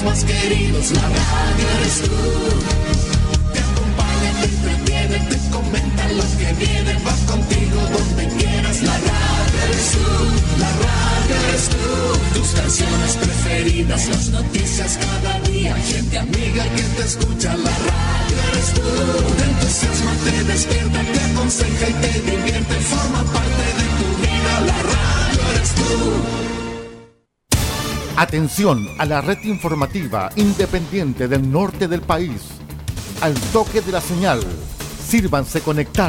más queridos, la radio eres tú. Te acompaña, te entretiene, te comenta lo que viene, va contigo donde quieras. La radio eres tú, la radio eres tú. Tus canciones preferidas, las noticias cada día, gente amiga que te escucha. La radio eres tú. Te entusiasma, te despierta, te aconseja y te divierte. Forma parte de tu vida. La radio eres tú. Atención a la red informativa independiente del norte del país. Al toque de la señal, sírvanse conectar.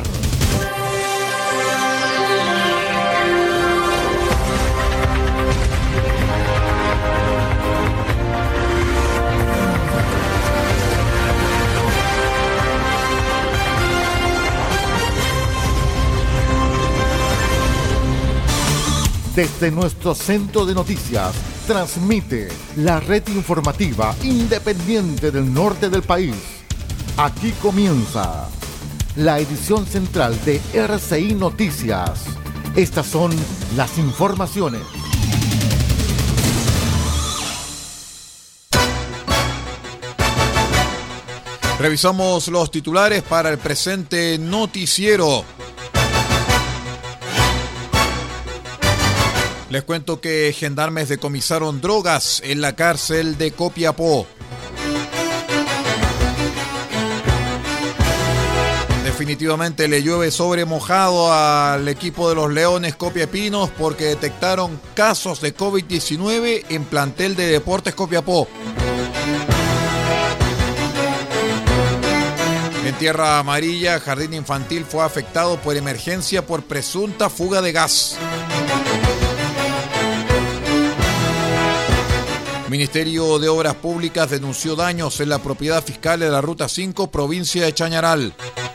Desde nuestro centro de noticias, transmite la red informativa independiente del norte del país. Aquí comienza la edición central de RCI Noticias. Estas son las informaciones. Revisamos los titulares para el presente noticiero. Les cuento que gendarmes decomisaron drogas en la cárcel de Copiapó. Definitivamente le llueve sobre mojado al equipo de los Leones Copiapinos porque detectaron casos de COVID-19 en plantel de Deportes Copiapó. En Tierra Amarilla, Jardín Infantil fue afectado por emergencia por presunta fuga de gas. Ministerio de Obras Públicas denunció daños en la propiedad fiscal de la Ruta 5, provincia de Chañaral.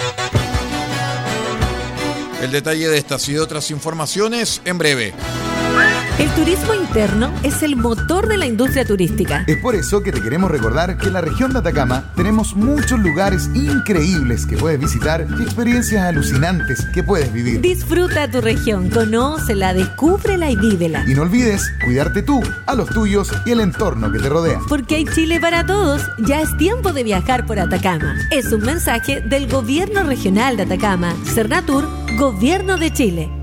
El detalle de estas y de otras informaciones en breve. El turismo interno es el motor de la industria turística. Es por eso que te queremos recordar que en la región de Atacama tenemos muchos lugares increíbles que puedes visitar y experiencias alucinantes que puedes vivir. Disfruta tu región, conócela, descúbrela y vívela. Y no olvides cuidarte tú, a los tuyos y el entorno que te rodea. Porque hay Chile para todos, ya es tiempo de viajar por Atacama. Es un mensaje del Gobierno Regional de Atacama, Cernatur, Gobierno de Chile.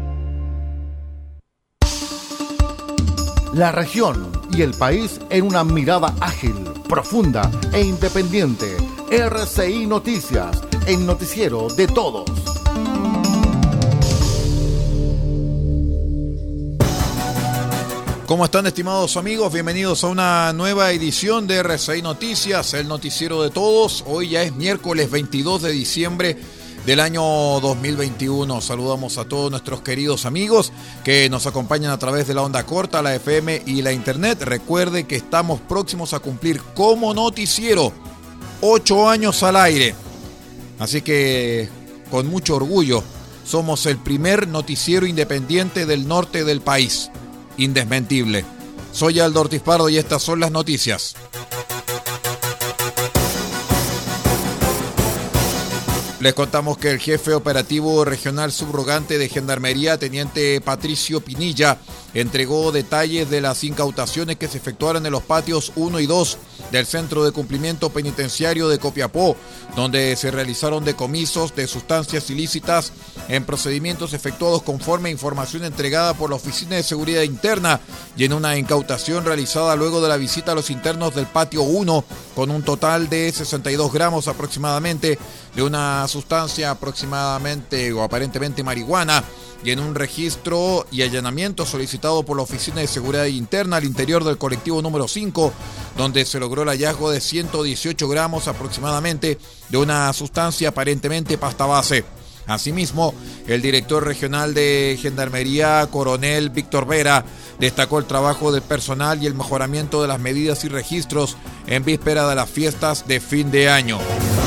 La región y el país en una mirada ágil, profunda e independiente. RCI Noticias, el noticiero de todos. ¿Cómo están, estimados amigos? Bienvenidos a una nueva edición de RCI Noticias, el noticiero de todos. Hoy ya es miércoles 22 de diciembre del año 2021. Saludamos a todos nuestros queridos amigos que nos acompañan a través de la onda corta, la FM y la internet. Recuerde que estamos próximos a cumplir como noticiero 8 años al aire. Así que con mucho orgullo somos el primer noticiero independiente del norte del país. Indesmentible. Soy Aldo Ortiz Pardo y estas son las noticias. Les contamos que el jefe operativo regional subrogante de Gendarmería, teniente Patricio Pinilla, entregó detalles de las incautaciones que se efectuaron en los patios 1 y 2 del Centro de Cumplimiento Penitenciario de Copiapó, donde se realizaron decomisos de sustancias ilícitas en procedimientos efectuados conforme a información entregada por la Oficina de Seguridad Interna y en una incautación realizada luego de la visita a los internos del patio 1 con un total de 62 gramos aproximadamente de una sustancia aproximadamente o aparentemente marihuana, y en un registro y allanamiento solicitado por la Oficina de Seguridad Interna al interior del colectivo número 5, donde se logró el hallazgo de 118 gramos aproximadamente de una sustancia aparentemente pasta base. Asimismo, el director regional de Gendarmería, coronel Víctor Vera, destacó el trabajo del personal y el mejoramiento de las medidas y registros en víspera de las fiestas de fin de año.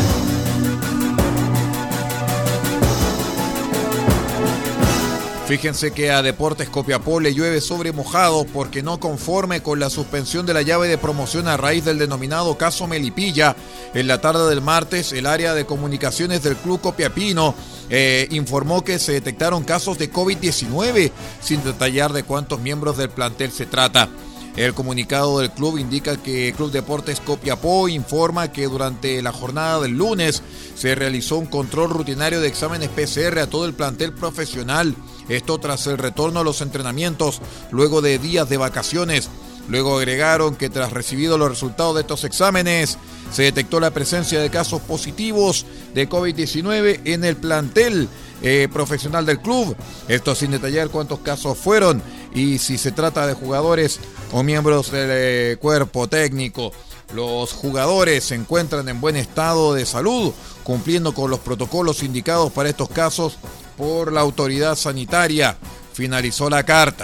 Fíjense que a Deportes Copiapó le llueve sobre mojado porque no conforme con la suspensión de la llave de promoción a raíz del denominado caso Melipilla, en la tarde del martes el área de comunicaciones del club copiapino informó que se detectaron casos de COVID-19 sin detallar de cuántos miembros del plantel se trata. El comunicado del club indica que Club Deportes Copiapó informa que durante la jornada del lunes se realizó un control rutinario de exámenes PCR a todo el plantel profesional. Esto tras el retorno a los entrenamientos luego de días de vacaciones. Luego agregaron que tras recibidos los resultados de estos exámenes, se detectó la presencia de casos positivos de COVID-19 en el plantel profesional del club. Esto sin detallar cuántos casos fueron y si se trata de jugadores o miembros del cuerpo técnico. Los jugadores se encuentran en buen estado de salud, cumpliendo con los protocolos indicados para estos casos por la autoridad sanitaria. Finalizó la carta.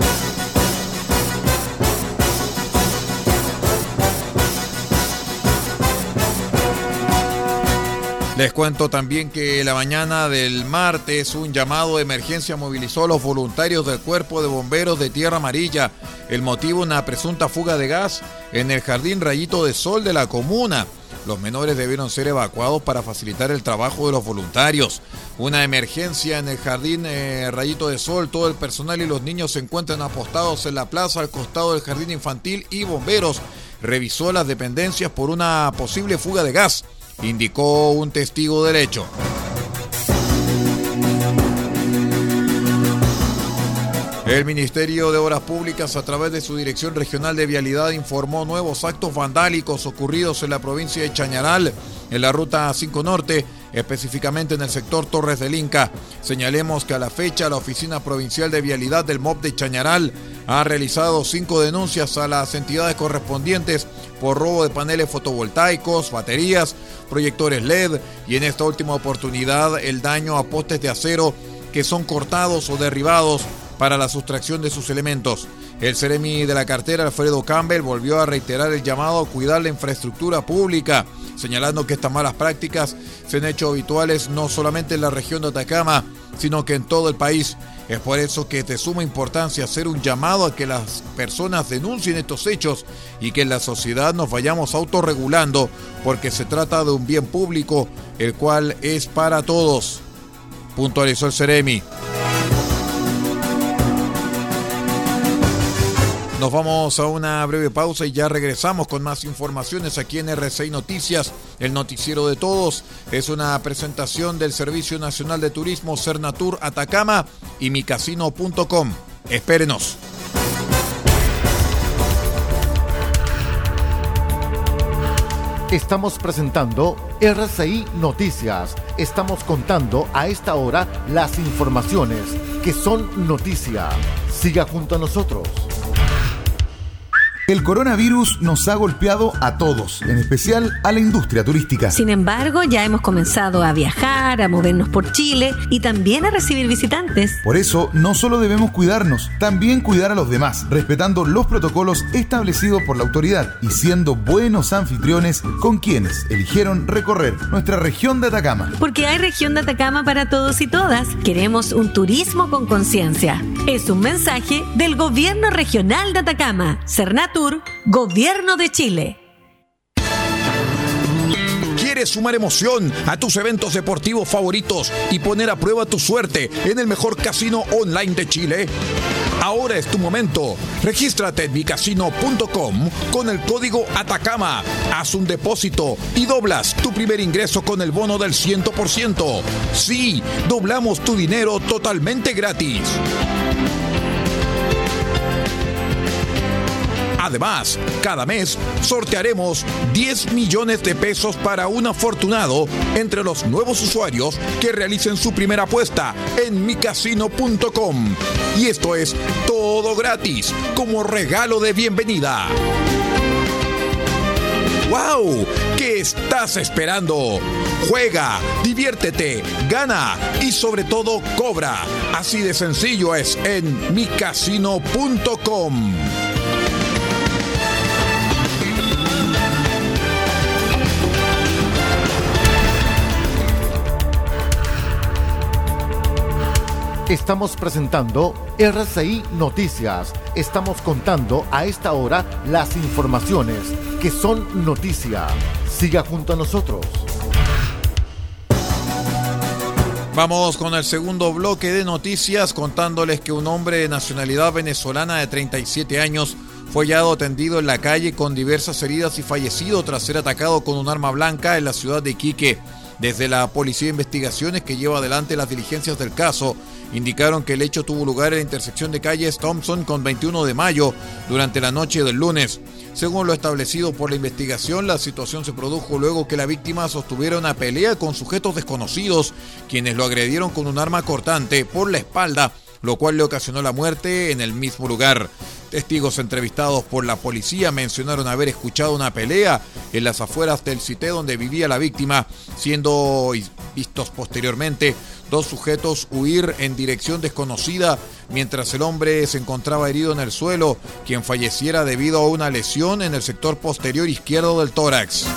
Les cuento también que la mañana del martes un llamado de emergencia movilizó a los voluntarios del Cuerpo de Bomberos de Tierra Amarilla. El motivo, una presunta fuga de gas en el Jardín Rayito de Sol de la comuna. Los menores debieron ser evacuados para facilitar el trabajo de los voluntarios. Una emergencia en el Jardín Rayito de Sol. Todo el personal y los niños se encuentran apostados en la plaza al costado del Jardín Infantil y bomberos revisó las dependencias por una posible fuga de gas, indicó un testigo del hecho. El Ministerio de Obras Públicas, a través de su Dirección Regional de Vialidad, informó nuevos actos vandálicos ocurridos en la provincia de Chañaral, en la ruta 5 Norte, específicamente en el sector Torres del Inca. Señalemos que a la fecha la Oficina Provincial de Vialidad del MOP de Chañaral ha realizado 5 denuncias a las entidades correspondientes por robo de paneles fotovoltaicos, baterías, proyectores LED y en esta última oportunidad el daño a postes de acero que son cortados o derribados para la sustracción de sus elementos. El Seremi de la cartera, Alfredo Campbell, volvió a reiterar el llamado a cuidar la infraestructura pública, señalando que estas malas prácticas se han hecho habituales no solamente en la región de Atacama, sino que en todo el país. Es por eso que es de suma importancia hacer un llamado a que las personas denuncien estos hechos y que en la sociedad nos vayamos autorregulando, porque se trata de un bien público, el cual es para todos, puntualizó el Seremi. Nos vamos a una breve pausa y ya regresamos con más informaciones aquí en RCI Noticias, el noticiero de todos. Es una presentación del Servicio Nacional de Turismo Sernatur Atacama y micasino.com. Espérenos. Estamos presentando RCI Noticias. Estamos contando a esta hora las informaciones que son noticia. Siga junto a nosotros. El coronavirus nos ha golpeado a todos, en especial a la industria turística. Sin embargo, ya hemos comenzado a viajar, a movernos por Chile y también a recibir visitantes. Por eso, no solo debemos cuidarnos, también cuidar a los demás, respetando los protocolos establecidos por la autoridad y siendo buenos anfitriones con quienes eligieron recorrer nuestra región de Atacama. Porque hay región de Atacama para todos y todas. Queremos un turismo con conciencia. Es un mensaje del Gobierno Regional de Atacama, Sernatur, Gobierno de Chile. ¿Quieres sumar emoción a tus eventos deportivos favoritos y poner a prueba tu suerte en el mejor casino online de Chile? Ahora es tu momento. Regístrate en micasino.com con el código Atacama. Haz un depósito y doblas tu primer ingreso con el bono del 100%. Sí, doblamos tu dinero totalmente gratis. Además, cada mes sortearemos 10 millones de pesos para un afortunado entre los nuevos usuarios que realicen su primera apuesta en micasino.com. Y esto es todo gratis, como regalo de bienvenida. ¡Wow! ¿Qué estás esperando? Juega, diviértete, gana y sobre todo cobra. Así de sencillo es en micasino.com. Estamos presentando RCI Noticias. Estamos contando a esta hora las informaciones que son noticia. Siga junto a nosotros. Vamos con el segundo bloque de noticias, contándoles que un hombre de nacionalidad venezolana de 37 años fue hallado tendido en la calle con diversas heridas y fallecido tras ser atacado con un arma blanca en la ciudad de Iquique. Desde la Policía de Investigaciones, que lleva adelante las diligencias del caso, indicaron que el hecho tuvo lugar en la intersección de calles Thompson con 21 de mayo durante la noche del lunes. Según lo establecido por la investigación, la situación se produjo luego que la víctima sostuviera una pelea con sujetos desconocidos, quienes lo agredieron con un arma cortante por la espalda, lo cual le ocasionó la muerte en el mismo lugar. Testigos entrevistados por la policía mencionaron haber escuchado una pelea en las afueras del sitio donde vivía la víctima, siendo vistos posteriormente dos sujetos huir en dirección desconocida mientras el hombre se encontraba herido en el suelo, quien falleciera debido a una lesión en el sector posterior izquierdo del tórax.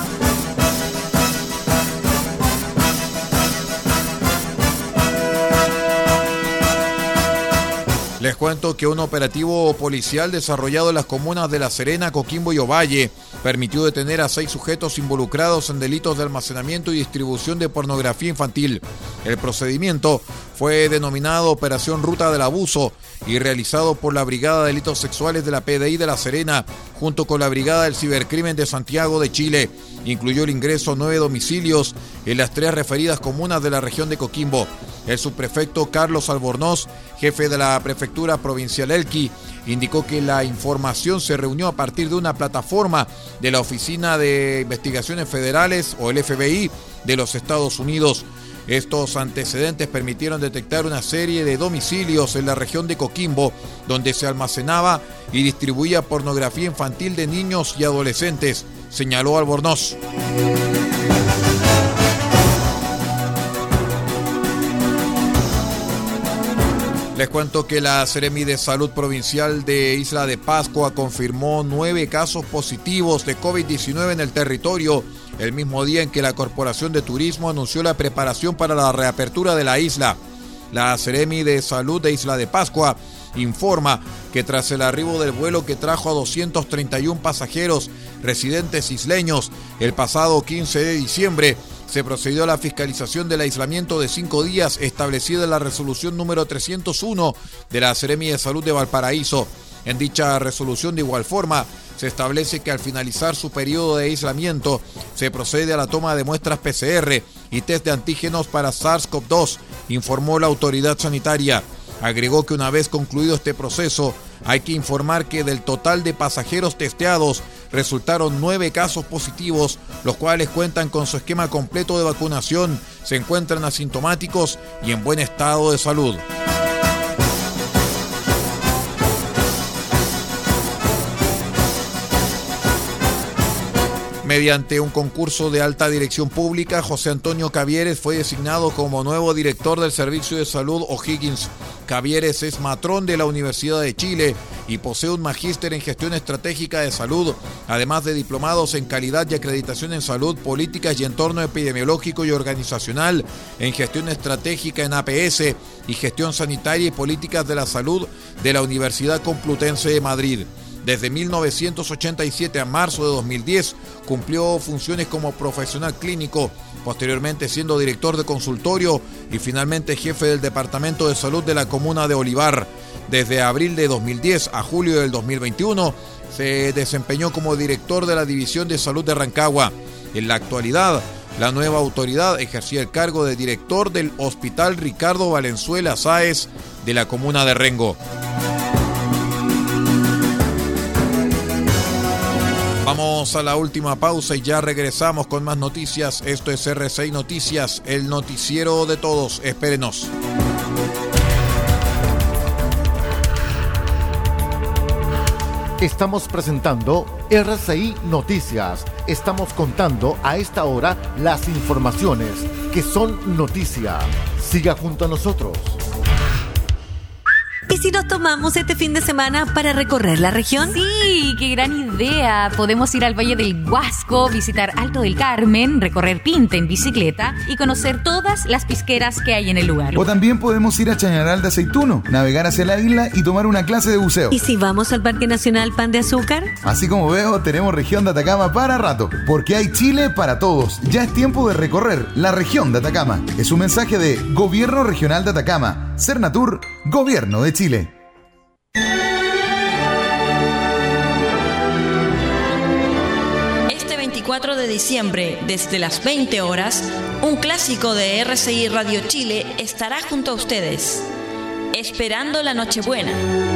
Les cuento que un operativo policial desarrollado en las comunas de La Serena, Coquimbo y Ovalle permitió detener a 6 sujetos involucrados en delitos de almacenamiento y distribución de pornografía infantil. El procedimiento fue denominado Operación Ruta del Abuso y realizado por la Brigada de Delitos Sexuales de la PDI de La Serena junto con la Brigada del Cibercrimen de Santiago de Chile. Incluyó el ingreso a 9 domicilios en las 3 referidas comunas de la región de Coquimbo. El subprefecto Carlos Albornoz, jefe de la Prefectura Provincial Elqui, indicó que la información se reunió a partir de una plataforma de la Oficina de Investigaciones Federales, o el FBI, de los Estados Unidos. Estos antecedentes permitieron detectar una serie de domicilios en la región de Coquimbo, donde se almacenaba y distribuía pornografía infantil de niños y adolescentes, señaló Albornoz. Les cuento que la Seremi de Salud Provincial de Isla de Pascua confirmó 9 casos positivos de COVID-19 en el territorio, el mismo día en que la Corporación de Turismo anunció la preparación para la reapertura de la isla. La Seremi de Salud de Isla de Pascua informa que tras el arribo del vuelo que trajo a 231 pasajeros residentes isleños el pasado 15 de diciembre, se procedió a la fiscalización del aislamiento de 5 días establecida en la resolución número 301 de la Seremi de Salud de Valparaíso. En dicha resolución, de igual forma, se establece que al finalizar su periodo de aislamiento se procede a la toma de muestras PCR y test de antígenos para SARS-CoV-2, informó la autoridad sanitaria. Agregó que una vez concluido este proceso, hay que informar que del total de pasajeros testeados resultaron 9 casos positivos, los cuales cuentan con su esquema completo de vacunación, se encuentran asintomáticos y en buen estado de salud. Mediante un concurso de alta dirección pública, José Antonio Cavieres fue designado como nuevo director del Servicio de Salud O'Higgins. Cavieres es matrón de la Universidad de Chile y posee un magíster en gestión estratégica de salud, además de diplomados en calidad y acreditación en salud, políticas y entorno epidemiológico y organizacional, en gestión estratégica en APS y gestión sanitaria y políticas de la salud de la Universidad Complutense de Madrid. Desde 1987 a marzo de 2010 cumplió funciones como profesional clínico, posteriormente siendo director de consultorio y finalmente jefe del Departamento de Salud de la Comuna de Olivar. Desde abril de 2010 a julio del 2021 se desempeñó como director de la División de Salud de Rancagua. En la actualidad, la nueva autoridad ejercía el cargo de director del Hospital Ricardo Valenzuela Sáez de la Comuna de Rengo. Vamos a la última pausa y ya regresamos con más noticias. Esto es RCI Noticias, el noticiero de todos. Espérenos. Estamos presentando RCI Noticias. Estamos contando a esta hora las informaciones que son noticia. Siga junto a nosotros. ¿Y si nos tomamos este fin de semana para recorrer la región? Sí, qué gran idea. Podemos ir al Valle del Huasco, visitar Alto del Carmen, recorrer Pinta en bicicleta y conocer todas las pisqueras que hay en el lugar. O también podemos ir a Chañaral de Aceituno, navegar hacia la isla y tomar una clase de buceo. ¿Y si vamos al Parque Nacional Pan de Azúcar? Así como veo, tenemos región de Atacama para rato, porque hay Chile para todos. Ya es tiempo de recorrer la región de Atacama. Es un mensaje de Gobierno Regional de Atacama, Cernatur, Gobierno de Chile. 24 de diciembre, desde las 20 horas, un clásico de RCI Radio Chile estará junto a ustedes, esperando la Nochebuena.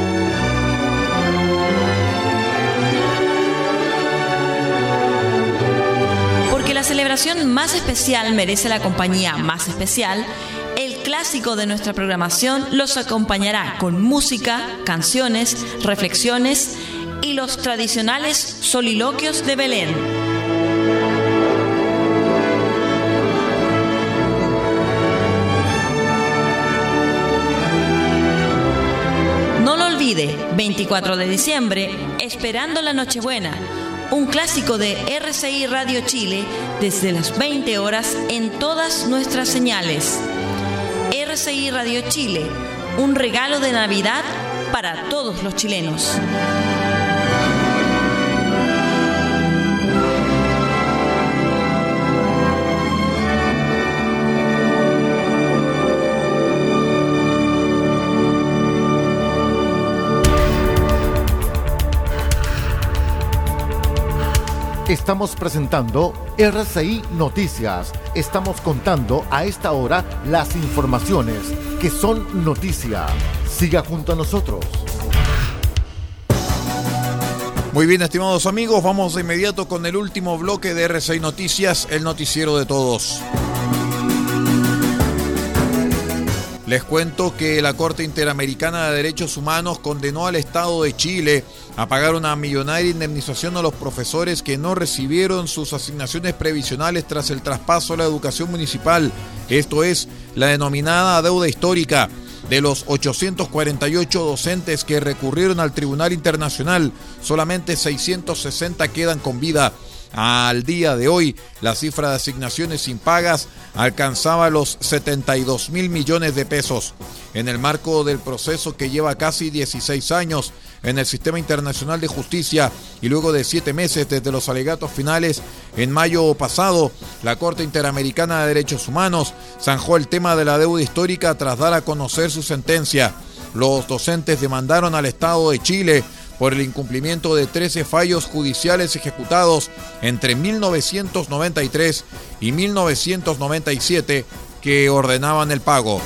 Porque la celebración más especial merece la compañía más especial, el clásico de nuestra programación los acompañará con música, canciones, reflexiones y los tradicionales soliloquios de Belén. No lo olvide, 24 de diciembre, esperando la Nochebuena, un clásico de RCI Radio Chile desde las 20 horas en todas nuestras señales. RCI Radio Chile, un regalo de Navidad para todos los chilenos. Estamos presentando RCI Noticias. Estamos contando a esta hora las informaciones que son noticia. Siga junto a nosotros. Muy bien, estimados amigos, vamos de inmediato con el último bloque de RCI Noticias, el noticiero de todos. Les cuento que la Corte Interamericana de Derechos Humanos condenó al Estado de Chile a pagar una millonaria indemnización a los profesores que no recibieron sus asignaciones previsionales tras el traspaso a la educación municipal. Esto es la denominada deuda histórica. De los 848 docentes que recurrieron al Tribunal Internacional, solamente 660 quedan con vida. Al día de hoy, la cifra de asignaciones impagas alcanzaba los 72.000 millones de pesos. En el marco del proceso que lleva casi 16 años en el Sistema Internacional de Justicia y luego de 7 meses desde los alegatos finales en mayo pasado, la Corte Interamericana de Derechos Humanos zanjó el tema de la deuda histórica tras dar a conocer su sentencia. Los docentes demandaron al Estado de Chile por el incumplimiento de 13 fallos judiciales ejecutados entre 1993 y 1997 que ordenaban el pago.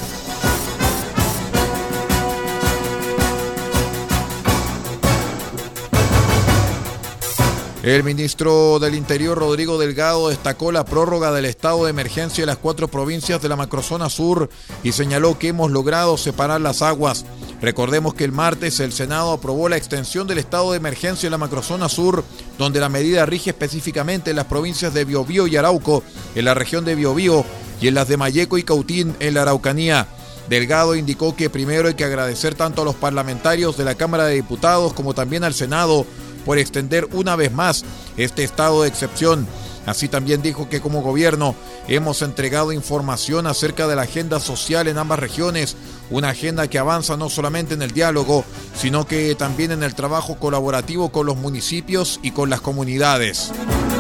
El ministro del Interior, Rodrigo Delgado, destacó la prórroga del estado de emergencia en las 4 provincias de la macrozona sur y señaló que hemos logrado separar las aguas. Recordemos que el martes el Senado aprobó la extensión del estado de emergencia en la macrozona sur, donde la medida rige específicamente en las provincias de Biobío y Arauco, en la región de Biobío, y en las de Malleco y Cautín, en la Araucanía. Delgado indicó que primero hay que agradecer tanto a los parlamentarios de la Cámara de Diputados como también al Senado por extender una vez más este estado de excepción. Así también dijo que como gobierno hemos entregado información acerca de la agenda social en ambas regiones, una agenda que avanza no solamente en el diálogo, sino que también en el trabajo colaborativo con los municipios y con las comunidades.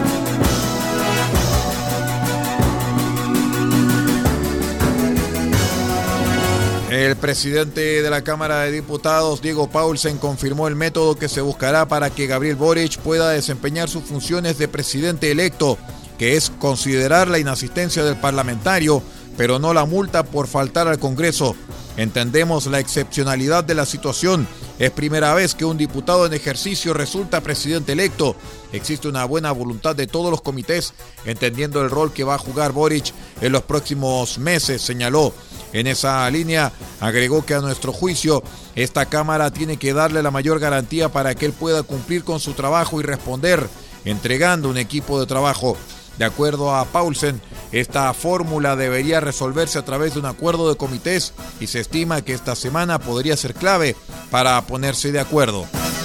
El presidente de la Cámara de Diputados, Diego Paulsen, confirmó el método que se buscará para que Gabriel Boric pueda desempeñar sus funciones de presidente electo, que es considerar la inasistencia del parlamentario, pero no la multa por faltar al Congreso. Entendemos la excepcionalidad de la situación. Es primera vez que un diputado en ejercicio resulta presidente electo. Existe una buena voluntad de todos los comités, entendiendo el rol que va a jugar Boric en los próximos meses, señaló. En esa línea, agregó que a nuestro juicio, esta Cámara tiene que darle la mayor garantía para que él pueda cumplir con su trabajo y responder, entregando un equipo de trabajo. De acuerdo a Paulsen, esta fórmula debería resolverse a través de un acuerdo de comités y se estima que esta semana podría ser clave para ponerse de acuerdo.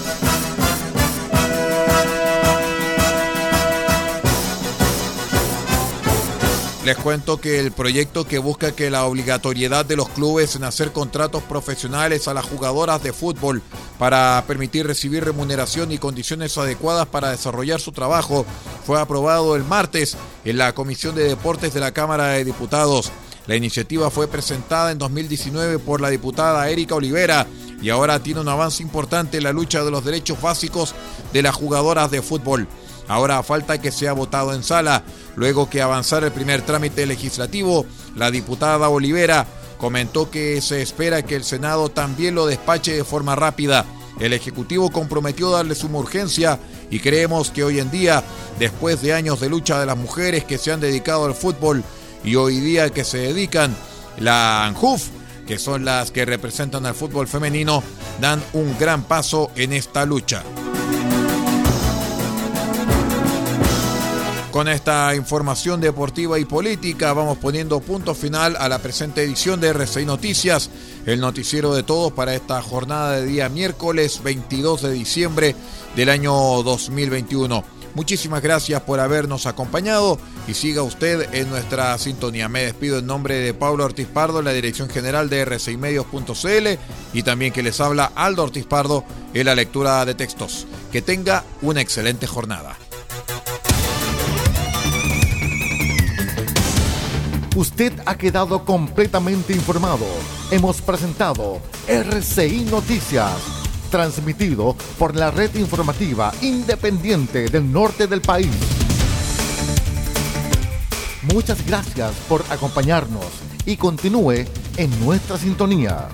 Les cuento que el proyecto que busca que la obligatoriedad de los clubes en hacer contratos profesionales a las jugadoras de fútbol para permitir recibir remuneración y condiciones adecuadas para desarrollar su trabajo fue aprobado el martes en la Comisión de Deportes de la Cámara de Diputados. La iniciativa fue presentada en 2019 por la diputada Erika Olivera y ahora tiene un avance importante en la lucha de los derechos básicos de las jugadoras de fútbol. Ahora falta que sea votado en sala. Luego que avanzara el primer trámite legislativo, la diputada Olivera comentó que se espera que el Senado también lo despache de forma rápida. El Ejecutivo comprometió darle suma urgencia y creemos que hoy en día, después de años de lucha de las mujeres que se han dedicado al fútbol y hoy día que se dedican, la ANJUF, que son las que representan al fútbol femenino, dan un gran paso en esta lucha. Con esta información deportiva y política vamos poniendo punto final a la presente edición de RCI Noticias, el noticiero de todos para esta jornada de día miércoles 22 de diciembre del año 2021. Muchísimas gracias por habernos acompañado y siga usted en nuestra sintonía. Me despido en nombre de Pablo Ortiz Pardo, la dirección general de rcimedios.cl, y también que les habla Aldo Ortiz Pardo en la lectura de textos. Que tenga una excelente jornada. Usted ha quedado completamente informado. Hemos presentado RCI Noticias, transmitido por la red informativa independiente del norte del país. Muchas gracias por acompañarnos y continúe en nuestra sintonía.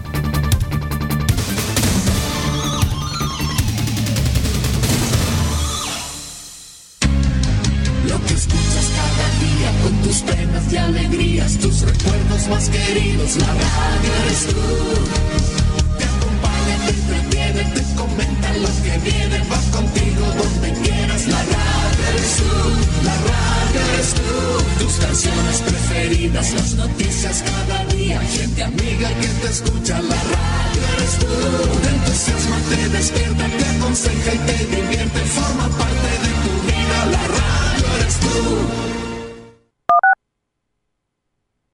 Lo que escuchas cada día con tus penas y alegrías, tus recuerdos más queridos, la radio eres tú. Te acompaña, te entretiene, te comenta lo que viene, va contigo donde quieras, la radio eres tú, la radio eres tú. Tus canciones preferidas, las noticias cada día, gente amiga que te escucha, la radio eres tú. Te entusiasma, te despierta, te aconseja y te divierte, forma parte de tu vida, la radio eres tú.